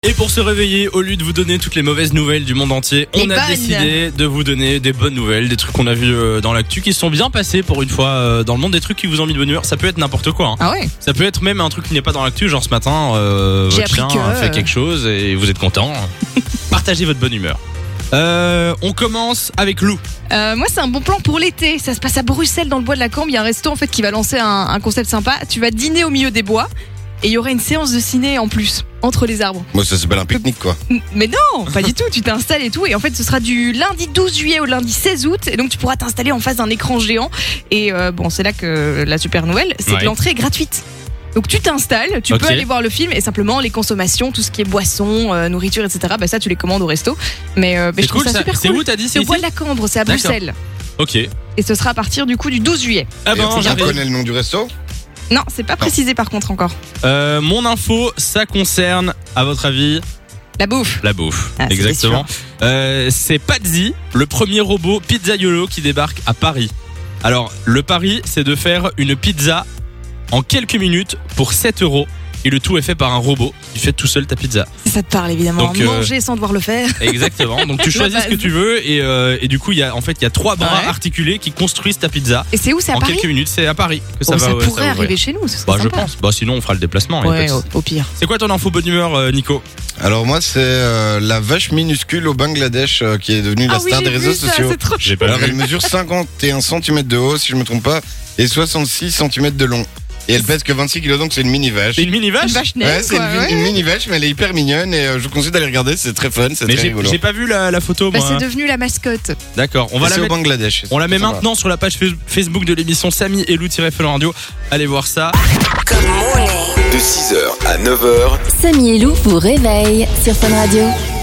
Et pour se réveiller, au lieu de vous donner toutes les mauvaises nouvelles du monde entier, on a décidé de vous donner des bonnes nouvelles, des trucs qu'on a vus dans l'actu qui se sont bien passés pour une fois dans le monde, des trucs qui vous ont mis de bonne humeur. Ça peut être n'importe quoi. Ah ouais. Ça peut être même un truc qui n'est pas dans l'actu, genre ce matin, votre chien a fait quelque chose et vous êtes content. Partagez votre bonne humeur. On commence avec Lou. Moi, c'est un bon plan pour l'été. Ça se passe à Bruxelles, dans le bois de la Cambre. Il y a un resto en fait qui va lancer un concept sympa. Tu vas dîner au milieu des bois et il y aura une séance de ciné en plus entre les arbres. Moi, ça s'appelle un pique-nique, quoi. Mais non, pas du tout. Tu t'installes et tout. Et en fait, ce sera du lundi 12 juillet au lundi 16 août. Et donc, tu pourras t'installer en face d'un écran géant. Et bon, c'est là que la super nouvelle, c'est que l'entrée est gratuite. Donc tu t'installes, tu peux aller voir le film et simplement les consommations, tout ce qui est boissons, nourriture, etc. Bah ça tu les commandes au resto. Mais je trouve ça super cool. C'est où t'as dit? C'est au bois de la Cambre, c'est à Bruxelles. Ok. Et ce sera à partir du coup du 12 juillet. Ah bon, on connaît le nom du resto? Non, c'est pas précisé par contre encore. Mon info, ça concerne, à votre avis, la bouffe. La bouffe, ah, exactement. C'est Pazzi, le premier robot pizzaiolo qui débarque à Paris. Alors, le pari, c'est de faire une pizza en quelques minutes pour 7 €. Et le tout est fait par un robot qui fait tout seul ta pizza. Ça te parle évidemment. Donc, manger sans devoir le faire. Exactement. Donc tu choisis ce que tu veux et du coup il y a 3 bras articulés qui construisent ta pizza. Et c'est où? C'est à Paris? En quelques minutes, c'est à Paris que ça va. Ça pourrait arriver chez nous. Ce je pense. Sinon on fera le déplacement. Ouais, au pire. C'est quoi ton info bonne humeur, Nico? Alors moi c'est la vache minuscule au Bangladesh qui est devenue la star des réseaux sociaux. Alors elle mesure 51 cm de haut si je me trompe pas et 66 cm de long. Et elle pèse que 26 kilos, donc c'est une mini vache. Une mini vache? Une vache naine, c'est une mini vache, mais elle est hyper mignonne et je vous conseille d'aller regarder, c'est très fun, c'est très rigolo. J'ai pas vu la photo, moi. C'est devenu la mascotte. D'accord, on va la mettre au Bangladesh. On la met maintenant sur la page Facebook de l'émission Samy et Lou-Fun Radio. Allez voir ça. De 6h à 9h, Samy et Lou vous réveille sur Fun Radio.